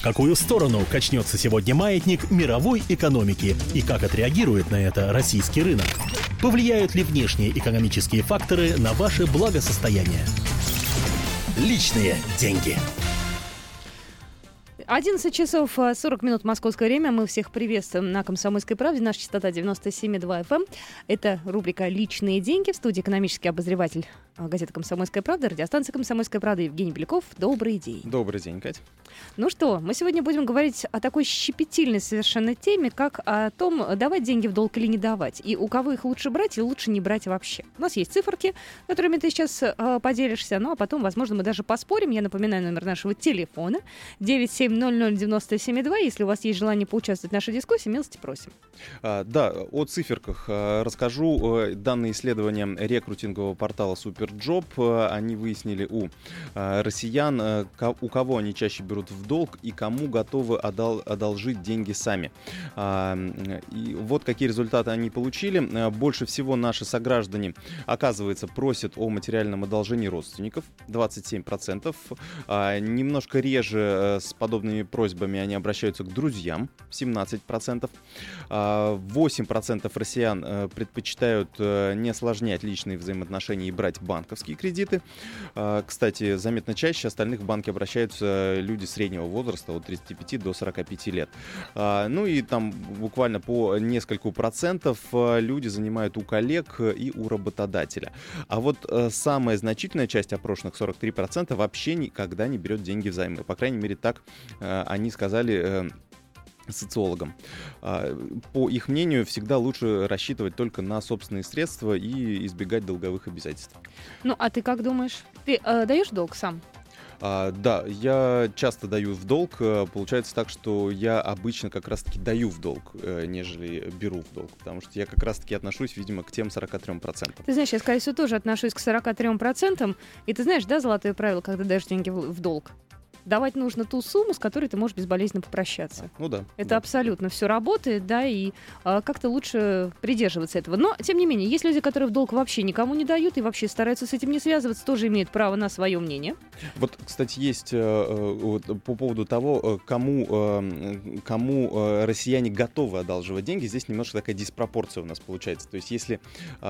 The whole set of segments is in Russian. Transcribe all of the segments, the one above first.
В какую сторону качнется сегодня маятник мировой экономики и как отреагирует на это российский рынок? Повлияют ли внешние экономические факторы на ваше благосостояние? Личные деньги. 11 часов 40 минут московское время. Мы всех приветствуем на «Комсомольской правде». Наша частота 97,2 FM. Это рубрика «Личные деньги». В студии экономический обозреватель газеты «Комсомольская правда», радиостанция «Комсомольская правда» Евгений Беляков. Добрый день. Добрый день, Кать. Ну что, мы сегодня будем говорить о такой щепетильной совершенно теме, как о том, давать деньги в долг или не давать. И у кого их лучше брать или лучше не брать вообще. У нас есть циферки, которыми ты сейчас поделишься. Ну а потом, возможно, мы даже поспорим. Я напоминаю номер нашего телефона 9700972. Если у вас есть желание поучаствовать в нашей дискуссии, милости просим. Да, о циферках расскажу. Данные исследования рекрутингового портала SuperJob. Они выяснили у россиян, у кого они чаще берут в долг и кому готовы одолжить деньги сами. И вот какие результаты они получили. Больше всего наши сограждане, оказывается, просят о материальном одолжении родственников, 27%. Немножко реже с подобными просьбами они обращаются к друзьям, 17%. 8% россиян предпочитают не осложнять личные взаимоотношения и брать банковские кредиты. Кстати, заметно чаще остальных в банки обращаются люди среднего возраста, от 35 до 45 лет. Ну и там буквально по нескольку процентов люди занимают у коллег и у работодателя. А вот самая значительная часть опрошенных, 43%, вообще никогда не берет деньги взаймы. По крайней мере, так они сказали социологам. По их мнению, всегда лучше рассчитывать только на собственные средства и избегать долговых обязательств. Ну, а ты как думаешь? Ты даешь долг сам? Да, я часто даю в долг. Получается так, что я обычно как раз-таки даю в долг, нежели беру в долг. Потому что я как раз-таки отношусь, видимо, к тем 43%. Ты знаешь, я, скорее всего, тоже отношусь к 43%. И ты знаешь, да, золотое правило, когда даешь деньги в долг? Давать нужно ту сумму, с которой ты можешь безболезненно попрощаться. Ну да. Это да. абсолютно все работает, да, и как-то лучше придерживаться этого. Но, тем не менее, есть люди, которые в долг вообще никому не дают и вообще стараются с этим не связываться, тоже имеют право на свое мнение. Вот, кстати, есть по поводу того, кому россияне готовы одалживать деньги, здесь немножко такая диспропорция у нас получается. То есть, если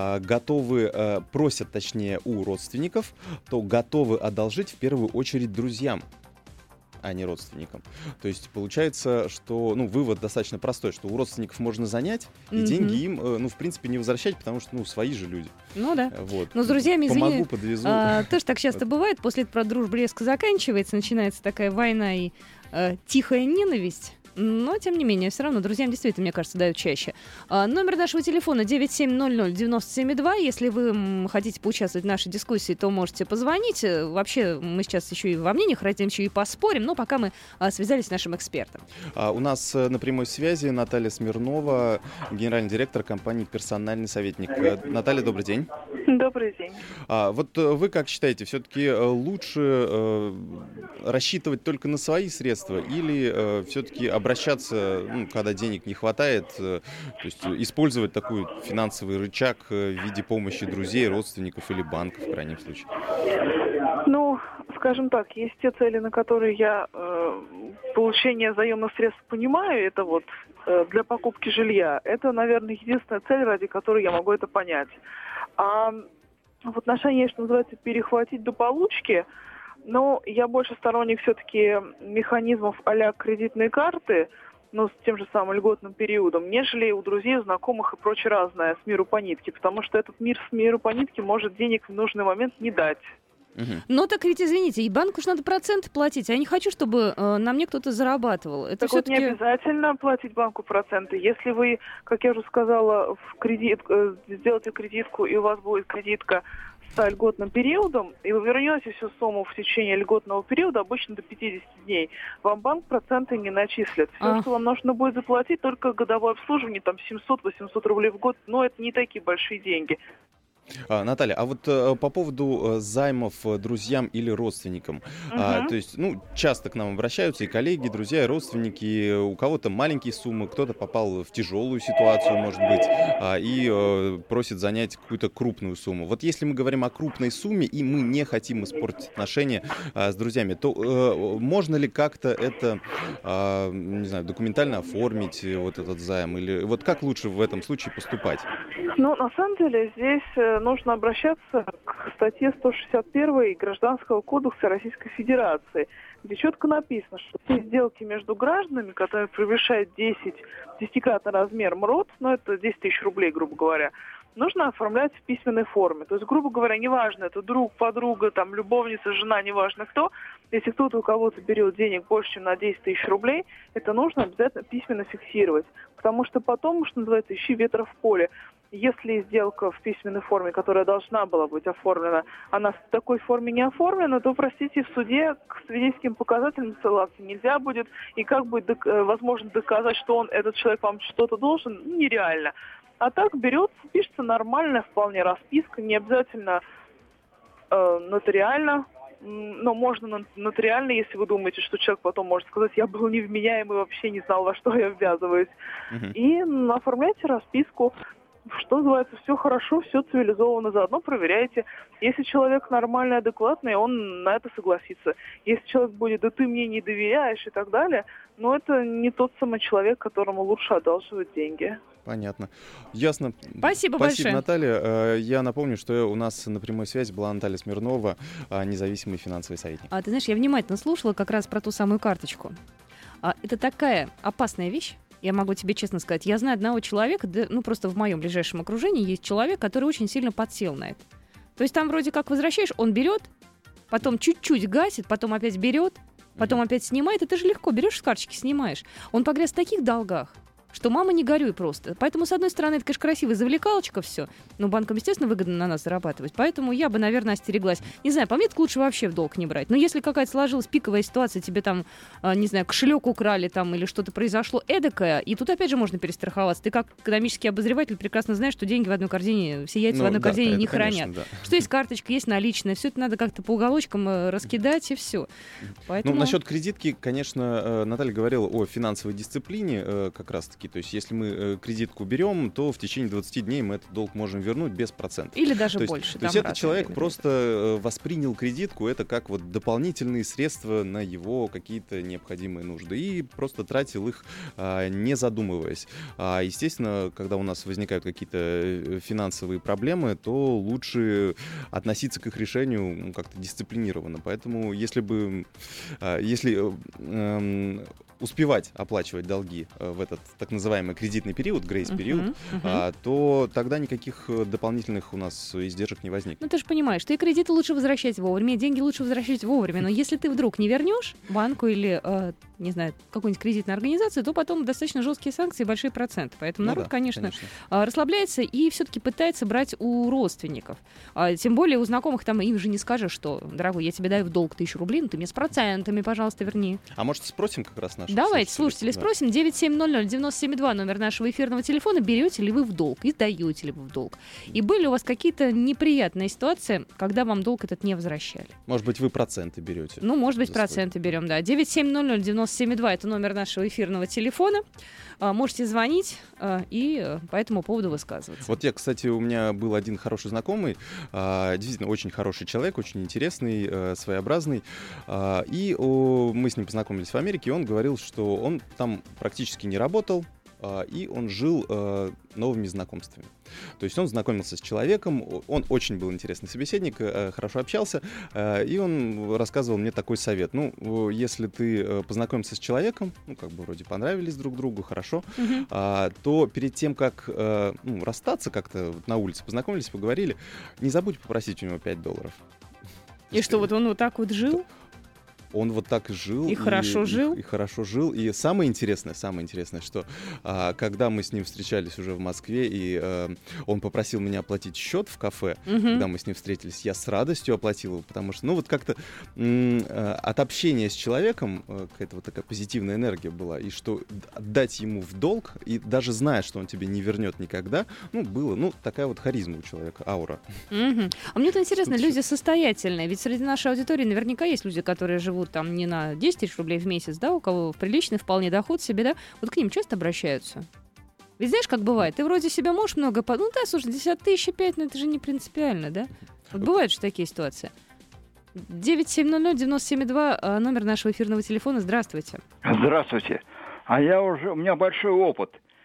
просят, точнее, у родственников, то готовы одолжить в первую очередь друзьям, а не родственникам. То есть получается, что вывод достаточно простой, что у родственников можно занять, и деньги им, в принципе, не возвращать, потому что, свои же люди. Ну да. Вот. Но с друзьями, извини, помогу, подвезу. Тоже так часто бывает. После этого дружба резко заканчивается, начинается такая война и тихая ненависть. Но, тем не менее, все равно друзьям действительно, мне кажется, дают чаще. Номер нашего телефона 9700972. Если вы хотите поучаствовать в нашей дискуссии, то можете позвонить. Вообще, мы сейчас еще и во мнениях хотим еще и поспорим, но пока мы связались с нашим экспертом. У нас на прямой связи Наталья Смирнова, генеральный директор компании «Персональный советник». Наталья, добрый день. Добрый день. Вот вы как считаете, все-таки лучше рассчитывать только на свои средства или все-таки обращаться, когда денег не хватает, то есть использовать такой финансовый рычаг в виде помощи друзей, родственников или банков, в крайнем случае? Скажем так, есть те цели, на которые я получение заемных средств понимаю, это вот для покупки жилья. Это, наверное, единственная цель, ради которой я могу это понять. А в отношении, что называется, перехватить до получки, я больше сторонник все-таки механизмов а-ля кредитные карты, с тем же самым льготным периодом, нежели у друзей, знакомых и прочее разное с миру по нитке, потому что этот мир с миру по нитке может денег в нужный момент не дать. Но так ведь, извините, и банку же надо проценты платить, а я не хочу, чтобы на мне кто-то зарабатывал. Это так все-таки... вот не обязательно платить банку проценты. Если вы, как я уже сказала, сделаете кредитку, и у вас будет кредитка с льготным периодом, и вы вернете всю сумму в течение льготного периода, обычно до 50 дней, вам банк проценты не начислит. Все, что вам нужно будет заплатить, только годовое обслуживание, 700-800 рублей в год, но это не такие большие деньги. Наталья, а вот по поводу займов друзьям или родственникам. То есть, часто к нам обращаются и коллеги, и друзья, и родственники. У кого-то маленькие суммы, кто-то попал в тяжелую ситуацию, может быть, и просит занять какую-то крупную сумму. Вот если мы говорим о крупной сумме, и мы не хотим испортить отношения с друзьями, то можно ли как-то это, не знаю, документально оформить, вот этот займ? Или вот как лучше в этом случае поступать? На самом деле, здесь нужно обращаться к статье 161 Гражданского кодекса Российской Федерации, где четко написано, что все сделки между гражданами, которые превышают 10-кратный размер МРОТ, это 10 тысяч рублей, грубо говоря, нужно оформлять в письменной форме. То есть, грубо говоря, неважно, это друг, подруга, любовница, жена, неважно кто, если кто-то у кого-то берет денег больше, чем на 10 тысяч рублей, это нужно обязательно письменно фиксировать. Потому что потом, что называется, ищи ветра в поле. Если сделка в письменной форме, которая должна была быть оформлена, она в такой форме не оформлена, то, простите, в суде к свидетельским показателям ссылаться нельзя будет. И как будет возможно доказать, что этот человек вам что-то должен, нереально. А так берется, пишется нормальная вполне расписка, не обязательно нотариально. Но можно нотариально, если вы думаете, что человек потом может сказать, я был невменяемый, вообще не знал, во что я ввязываюсь. И оформляйте расписку. Что называется, все хорошо, все цивилизованно, заодно проверяйте. Если человек нормальный, адекватный, он на это согласится. Если человек будет, да ты мне не доверяешь и так далее, это не тот самый человек, которому лучше одалживать деньги. Понятно. Ясно. Спасибо большое. Наталья. Я напомню, что у нас на прямой связи была Наталья Смирнова, независимый финансовый советник. Ты знаешь, я внимательно слушала как раз про ту самую карточку. Это такая опасная вещь. Я могу тебе честно сказать, я знаю одного человека, просто в моем ближайшем окружении есть человек, который очень сильно подсел на это. То есть там вроде как возвращаешь, он берет, потом чуть-чуть гасит, потом опять берет, потом опять снимает. Это же легко, берешь с карточки, снимаешь. Он погряз в таких долгах, что мама не горюй просто. Поэтому, с одной стороны, это, конечно, красивая завлекалочка все, но банкам, естественно, выгодно на нас зарабатывать. Поэтому я бы, наверное, остереглась. Не знаю, по мне, лучше вообще в долг не брать. Но если какая-то сложилась пиковая ситуация, тебе там, не знаю, кошелек украли там или что-то произошло эдакое, и тут опять же можно перестраховаться. Ты как экономический обозреватель прекрасно знаешь, что деньги в одной корзине, все яйца в одной корзине не хранят. Конечно, да. Что есть карточка, есть наличная, все это надо как-то по уголочкам раскидать и все. Поэтому... насчет кредитки, конечно, Наталья говорила о финансовой дисциплине как раз-таки. То есть, если мы кредитку берем, то в течение 20 дней мы этот долг можем вернуть без процентов. Или даже больше. То есть этот человек просто воспринял кредитку, это как дополнительные средства на его какие-то необходимые нужды. И просто тратил их, не задумываясь. Естественно, когда у нас возникают какие-то финансовые проблемы, то лучше относиться к их решению как-то дисциплинированно. Поэтому, если успевать оплачивать долги в этот так называемый кредитный период, грейс-период, то тогда никаких дополнительных у нас издержек не возникнет. Ты же понимаешь, что и кредиты лучше возвращать вовремя, и деньги лучше возвращать вовремя. Но если ты вдруг не вернешь банку или, не знаю, какую-нибудь кредитную организацию, то потом достаточно жесткие санкции и большие проценты. Поэтому народ, конечно, расслабляется и все-таки пытается брать у родственников. Тем более у знакомых там им же не скажешь, что, дорогой, я тебе даю в долг 1000 рублей, но ты мне с процентами, пожалуйста, верни. А может, спросим как раз наших Давайте, слушатели, спросим. 9700-9072, номер нашего эфирного телефона. Берете ли вы в долг и сдаете ли вы в долг? И были у вас какие-то неприятные ситуации, когда вам долг этот не возвращали? Может быть, вы проценты берете? Может быть, проценты берем, да. 9700-9072 это номер нашего эфирного телефона. Можете звонить и по этому поводу высказываться. Вот кстати, у меня был один хороший знакомый, действительно очень хороший человек, очень интересный, своеобразный. И мы с ним познакомились в Америке, и он говорил, что он там практически не работал, и он жил новыми знакомствами. То есть он знакомился с человеком, он очень был интересный собеседник, хорошо общался, и он рассказывал мне такой совет. Если ты познакомился с человеком, вроде понравились друг другу, хорошо, то перед тем, как расстаться как-то на улице, познакомились, поговорили, не забудь попросить у него $5. И что, вот он вот так вот жил? он вот так жил. И хорошо жил. И хорошо жил. И самое интересное, что когда мы с ним встречались уже в Москве, и он попросил меня оплатить счет в кафе, когда мы с ним встретились, я с радостью оплатил его, потому что, ну, вот как-то от общения с человеком какая-то вот такая позитивная энергия была, и что отдать ему в долг, и даже зная, что он тебе не вернет никогда, ну, было, ну, такая вот харизма у человека, аура. А мне-то интересно, люди состоятельные, ведь среди нашей аудитории наверняка есть люди, которые живут там не на 10 тысяч рублей в месяц, да, у кого приличный вполне доход себе, да, вот к ним часто обращаются? Ведь знаешь, как бывает, ты вроде себя можешь много... Ну да, слушай, 10 тысяч 5, ну это же не принципиально, да? Вот бывают же такие ситуации. 970-97-2, номер нашего эфирного телефона. Здравствуйте. Здравствуйте. У меня большой опыт.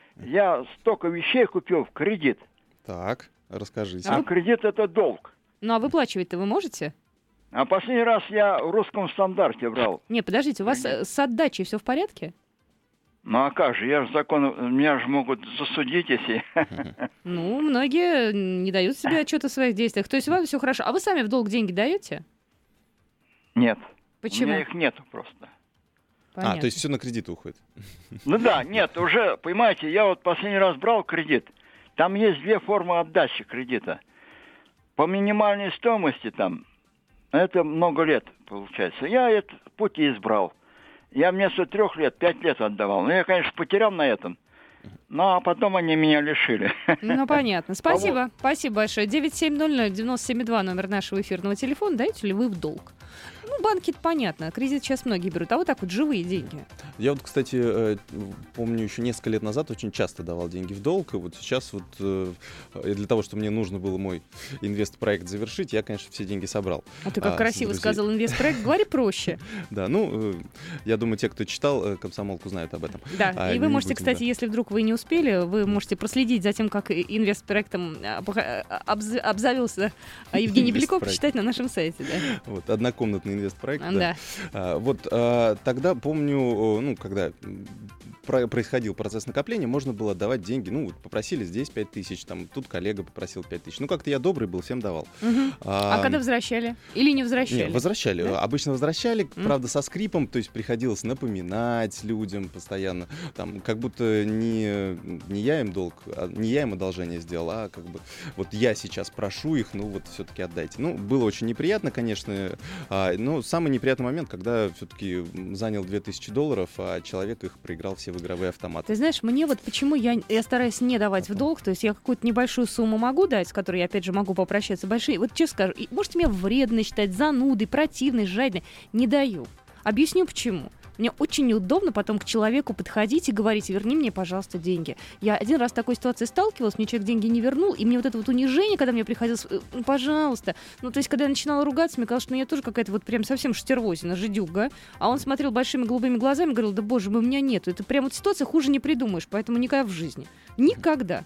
Я столько вещей купил в кредит. Так, расскажите. А кредит — это долг. Ну а выплачивать-то вы можете? А последний раз я в русском стандарте брал. Не, подождите, у вас с отдачей все в порядке? Ну а как же, меня же могут засудить, если... Ну, многие не дают себе отчета о своих действиях. То есть вам все хорошо. А вы сами в долг деньги даете? Нет. Почему? У меня их нету просто. Понятно. То есть все на кредит уходит? Ну да, нет, уже, понимаете, я вот последний раз брал кредит. Там есть две формы отдачи кредита. По минимальной стоимости там, это много лет получается. Я этот путь и избрал. Я вместо 3 лет 5 лет отдавал. Ну, я, конечно, потерял на этом. Ну, а потом они меня лишили. Ну, понятно. Спасибо. Спасибо большое. 9700-97-2, номер нашего эфирного телефона. Даете ли вы в долг? Ну, банки-то понятно. Кредит сейчас многие берут. А вот так вот живые деньги. Я вот, кстати, помню, еще несколько лет назад очень часто давал деньги в долг. И вот сейчас вот для того, чтобы мне нужно было мой инвестпроект завершить, я, конечно, все деньги собрал. А ты как красиво сказал инвестпроект. Говори проще. Да, ну, я думаю, те, кто читал «Комсомолку», знают об этом. Да, и вы можете, кстати, если вдруг вы не успели, вы можете проследить за тем, как инвестпроектом обзавелся Евгений Беляков, почитать на нашем сайте. Вот, однокомнатный инвестпроект. Да. Вот тогда помню, ну, когда происходил процесс накопления, можно было давать деньги. Ну, вот попросили здесь 5 тысяч, там, тут коллега попросил 5 тысяч. Ну, как-то я добрый был, всем давал. А когда возвращали? Или не возвращали? Нет, возвращали. Да? Обычно возвращали, правда, со скрипом, то есть приходилось напоминать людям постоянно. Там, как будто не я им долг, не я им одолжение сделал, а как бы вот я сейчас прошу их, ну, вот все-таки отдайте. Ну, было очень неприятно, конечно, но самый неприятный момент, когда все-таки занял $2000, а человек их проиграл все в игровые автоматы. Ты знаешь, мне вот почему я стараюсь не давать в долг, то есть я какую-то небольшую сумму могу дать, с которой я, опять же, могу попрощаться большие. Вот честно скажу, можете меня вредной считать, занудой, противной, жадной. Не даю. Объясню почему. Мне очень неудобно потом к человеку подходить и говорить: верни мне, пожалуйста, деньги. Я один раз в такой ситуации сталкивалась, мне человек деньги не вернул, и мне вот это вот унижение, когда мне приходилось, ну, пожалуйста. Ну, то есть, когда я начинала ругаться, мне казалось, что я тоже какая-то вот прям совсем штервозина, жидюга. А он смотрел большими голубыми глазами и говорил: да боже мой, у меня нету. Это прям вот ситуация хуже не придумаешь, поэтому никогда в жизни. Никогда.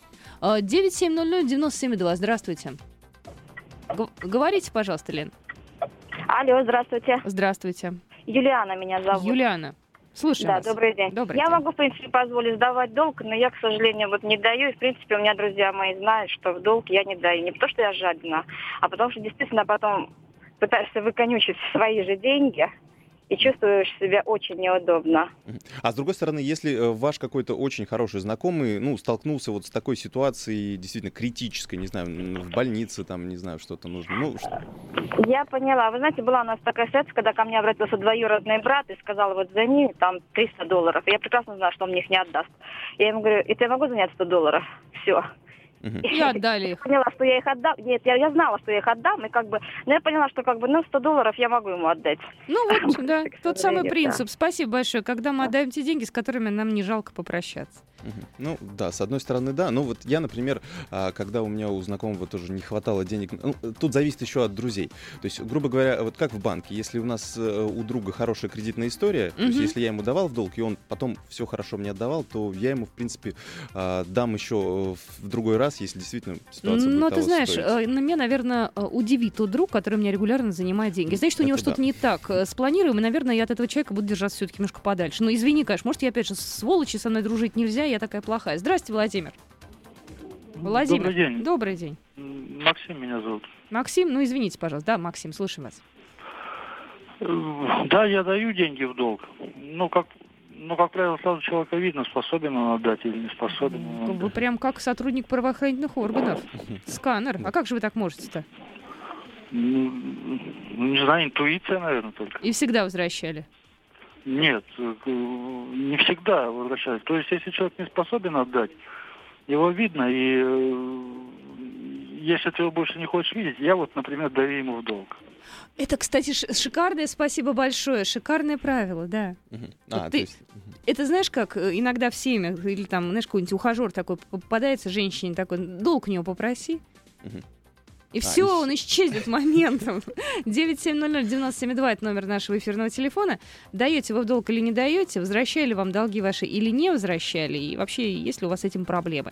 9700-97-2, здравствуйте. Говорите, пожалуйста, Лен. Алло, здравствуйте. Здравствуйте. Юлиана меня зовут. Юлиана, слушаем вас. Да, добрый день. Я могу, в принципе, позволить сдавать долг, но я, к сожалению, вот не даю. И, в принципе, у меня друзья мои знают, что в долг я не даю. Не потому, что я жадина, а потому, что действительно потом пытаешься выконючить свои же деньги и чувствуешь себя очень неудобно. А с другой стороны, если ваш какой-то очень хороший знакомый, ну, столкнулся вот с такой ситуацией действительно критической, не знаю, в больнице, там, не знаю, что-то нужно, ну, что... Я поняла. Вы знаете, была у нас такая ситуация, когда ко мне обратился двоюродный брат и сказал: вот займи там $300. Я прекрасно знаю, что он мне их не отдаст. Я ему говорю: это я могу занять $100? Все. И отдали их. Я поняла, что я их отдам. Нет, я знала, что я их отдам, и как бы, но я поняла, что как бы, ну, $100 я могу ему отдать. Ну вот, да, тот самый принцип. Спасибо большое, когда мы отдаем те деньги, с которыми нам не жалко попрощаться. Ну, да, с одной стороны, да. Ну, вот я, например, когда у меня у знакомого тоже не хватало денег, ну, тут зависит еще от друзей. То есть, грубо говоря, вот как в банке, если у нас у друга хорошая кредитная история, то есть, если я ему давал в долг, и он потом все хорошо мне отдавал, то я ему, в принципе, дам еще в другой раз, если действительно ситуация будет того ты знаешь, стоить. Меня, наверное, удивит тот друг, который меня регулярно занимает деньги. Значит, у него что-то не так с планируем, и, наверное, я от этого человека буду держаться все-таки немножко подальше. Но извини, конечно, может, я опять же сволочи, со мной дружить нельзя, я такая плохая. Здравствуйте, Владимир. Владимир. Добрый день. Добрый день. Максим меня зовут. Максим, ну извините, пожалуйста. Да, Максим, слушаем вас. Да, я даю деньги в долг. Как правило, сразу человека видно, способен он отдать или не способен он отдать. Вы прям как сотрудник правоохранительных органов. Сканер. А как же вы так можете-то? Не знаю, интуиция, наверное, только. И всегда возвращали? Нет, не всегда возвращались. То есть, если человек не способен отдать, его видно, и если ты его больше не хочешь видеть, я вот, например, даю ему в долг. Это, кстати, шикарное, спасибо большое, шикарное правило, да. Это знаешь, как иногда в семьях, или там, знаешь, какой-нибудь ухажер такой попадается женщине, такой, долг у него попроси. И все, он исчезнет моментом. 9700972 это номер нашего эфирного телефона. Даете вы в долг или не даете? Возвращали вам долги ваши или не возвращали? И вообще, есть ли у вас с этим проблемы?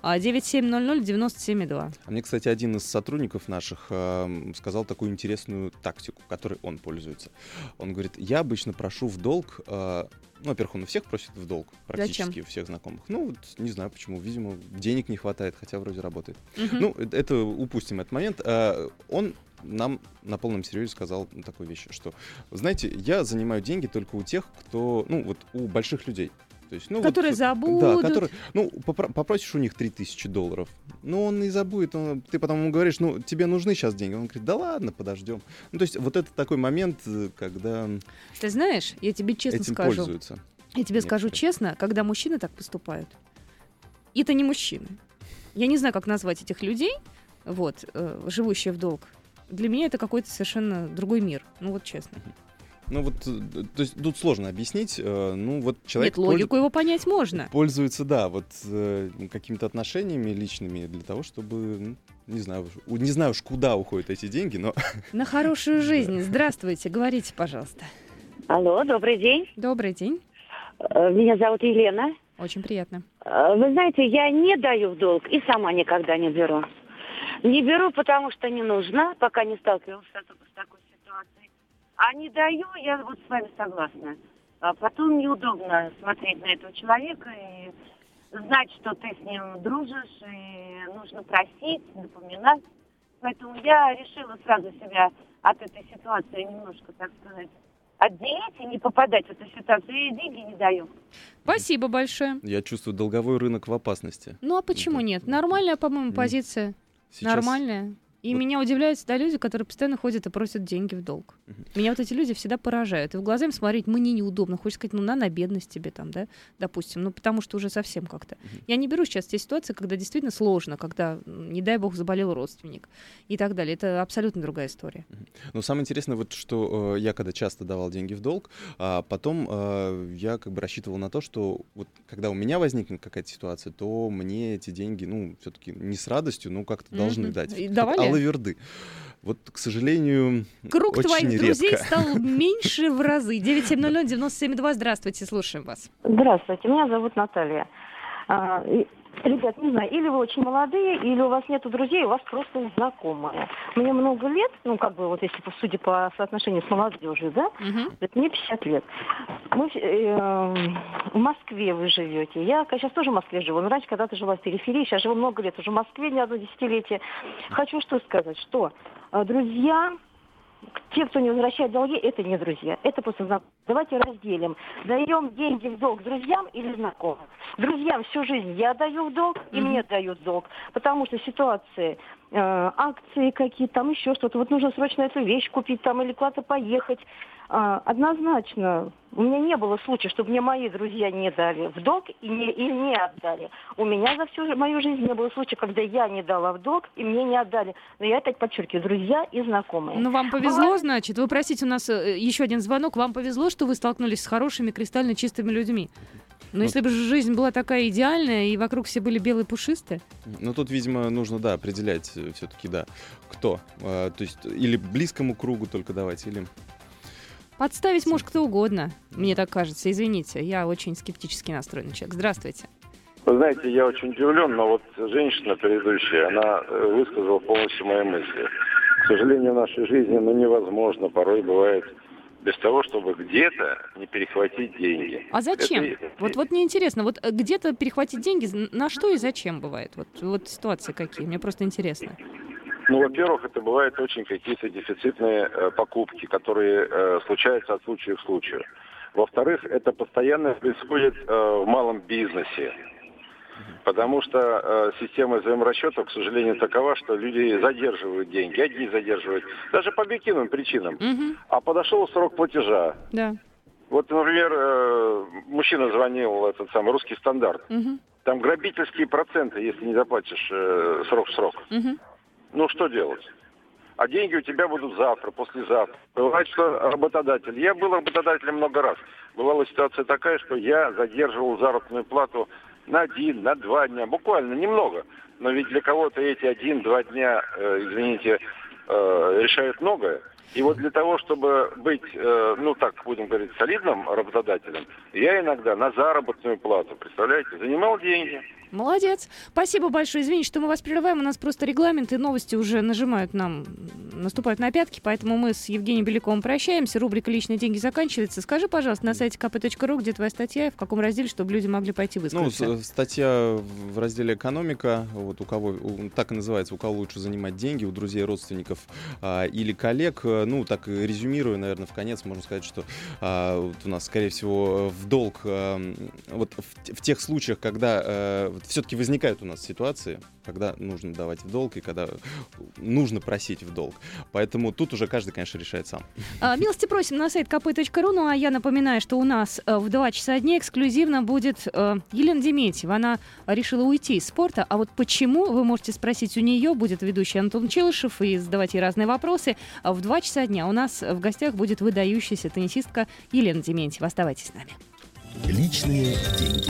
9700972. А мне, кстати, один из сотрудников наших сказал такую интересную тактику, которой он пользуется. Он говорит, я обычно прошу в долг... во-первых, он у всех просит в долг, практически. Зачем? У всех знакомых. Не знаю почему. Видимо, денег не хватает, хотя вроде работает. Это упустим этот момент. Он нам на полном серьезе сказал такую вещь, что, знаете, я занимаю деньги только у тех, кто, у больших людей. То есть, которые забудут. Да, которые, попросишь у них $3000. Он и забудет. Ты потом ему говоришь, тебе нужны сейчас деньги. Он говорит, да ладно, подождем. То есть вот это такой момент, когда... Ты знаешь, я тебе честно этим скажу. Пользуются. Я тебе скажу честно, когда мужчины так поступают, это не мужчины. Я не знаю, как назвать этих людей, живущие в долг. Для меня это какой-то совершенно другой мир. Честно. То есть тут сложно объяснить. Человек... Нет, логику его понять можно. Пользуется, какими-то отношениями личными для того, чтобы, не знаю уж куда уходят эти деньги, но... На хорошую жизнь. Здравствуйте, говорите, пожалуйста. Алло, добрый день. Добрый день. Меня зовут Елена. Очень приятно. Вы знаете, я не даю в долг и сама никогда не беру. Не беру, потому что не нужна, пока не сталкивалась с такой ситуацией. А не даю, я с вами согласна. А потом неудобно смотреть на этого человека и знать, что ты с ним дружишь, и нужно просить, напоминать. Поэтому я решила сразу себя от этой ситуации немножко, так сказать, отделить и не попадать в эту ситуацию. И деньги не даю. Спасибо большое. Я чувствую долговой рынок в опасности. А почему нет? Нормальная, по-моему, позиция. Сейчас... Нормальная. И меня удивляют всегда люди, которые постоянно ходят и просят деньги в долг. Меня эти люди всегда поражают. И в глаза им смотреть мне неудобно. Хочешь сказать, на бедность тебе там, да, допустим. Потому что уже совсем как-то. Я не беру сейчас те ситуации, когда действительно сложно, когда, не дай бог, заболел родственник и так далее. Это абсолютно другая история. Но самое интересное, что я когда часто давал деньги в долг, а потом я рассчитывал на то, что когда у меня возникнет какая-то ситуация, то мне эти деньги, все-таки не с радостью, как-то должны дать. И давали? Лаверды. К сожалению, круг очень твоих редко. Друзей стал меньше в разы. 9700972. Здравствуйте, слушаем вас. Здравствуйте, меня зовут Наталья. Ребят, не знаю, или вы очень молодые, или у вас нету друзей, у вас просто знакомые. Мне много лет, если судя по соотношению с молодежью, да, мне 50 лет. Мы в Москве вы живете. Я сейчас тоже в Москве живу, но раньше когда-то жила в периферии, сейчас живу много лет уже в Москве, не одно десятилетие. Хочу сказать, что друзья... Те, кто не возвращает долги, это не друзья. Это просто знакомые. Давайте разделим. Даем деньги в долг друзьям или знакомым. Друзьям всю жизнь я даю в долг, и мне дают долг. Потому что ситуации, акции какие-то, там еще что-то. Нужно срочно эту вещь купить там или куда-то поехать. Однозначно, у меня не было случая, чтобы мне мои друзья не дали в долг и не отдали. У меня за всю мою жизнь не было случая, когда я не дала в долг и мне не отдали. Но я опять подчеркиваю, друзья и знакомые. Вам повезло, значит. Вы простите, у нас еще один звонок. Вам повезло, что вы столкнулись с хорошими, кристально чистыми людьми. Но если бы жизнь была такая идеальная, и вокруг все были белые пушистые... Тут, видимо, нужно, определять все-таки, кто. То есть или близкому кругу только давать, или... Подставить может кто угодно, мне так кажется. Извините, я очень скептически настроенный человек. Здравствуйте. Вы знаете, я очень удивлен, но женщина предыдущая, она высказала полностью мои мысли. К сожалению, в нашей жизни невозможно, порой бывает, без того, чтобы где-то не перехватить деньги. А зачем? Вот мне интересно, где-то перехватить деньги, на что и зачем бывает? Вот ситуации какие, мне просто интересно. Ну, во-первых, это бывают очень какие-то дефицитные покупки, которые случаются от случая к случаю. Во-вторых, это постоянно происходит в малом бизнесе. Потому что система взаиморасчетов, к сожалению, такова, что люди задерживают деньги. Одни задерживают, даже по объективным причинам. А подошел срок платежа. Да. Вот, например, мужчина звонил, этот самый «Русский стандарт». Там грабительские проценты, если не заплатишь срок в срок. Ну, что делать? А деньги у тебя будут завтра, послезавтра. Бывает, что работодатель. Я был работодателем много раз. Бывала ситуация такая, что я задерживал заработную плату на 1, на 2 дня. Буквально немного. Но ведь для кого-то эти 1-2 дня, решают многое. И вот для того, чтобы быть, будем говорить, солидным работодателем, я иногда на заработную плату, представляете, занимал деньги. Молодец. Спасибо большое. Извините, что мы вас прерываем. У нас просто регламент и новости уже наступают на пятки, поэтому мы с Евгением Беляковым прощаемся. Рубрика «Личные деньги» заканчивается. Скажи, пожалуйста, на сайте kp.ru, где твоя статья, в каком разделе, чтобы люди могли пойти высказаться? Статья в разделе «Экономика». Вот так и называется, у кого лучше занимать деньги, у друзей, родственников или коллег. Так резюмируя, наверное, в конец, можно сказать, что у нас, скорее всего, в долг, в тех случаях, когда все-таки возникают у нас ситуации, когда нужно давать в долг и когда нужно просить в долг. Поэтому тут уже каждый, конечно, решает сам. Милости просим на сайт kp.ru. Ну, а я напоминаю, что у нас в 2 часа дня эксклюзивно будет Елена Дементьева. Она решила уйти из спорта. А вот почему, вы можете спросить у нее. Будет ведущий Антон Челышев и задавать ей разные вопросы. В 2 часа дня у нас в гостях будет выдающаяся теннисистка Елена Дементьева. Оставайтесь с нами. Личные деньги.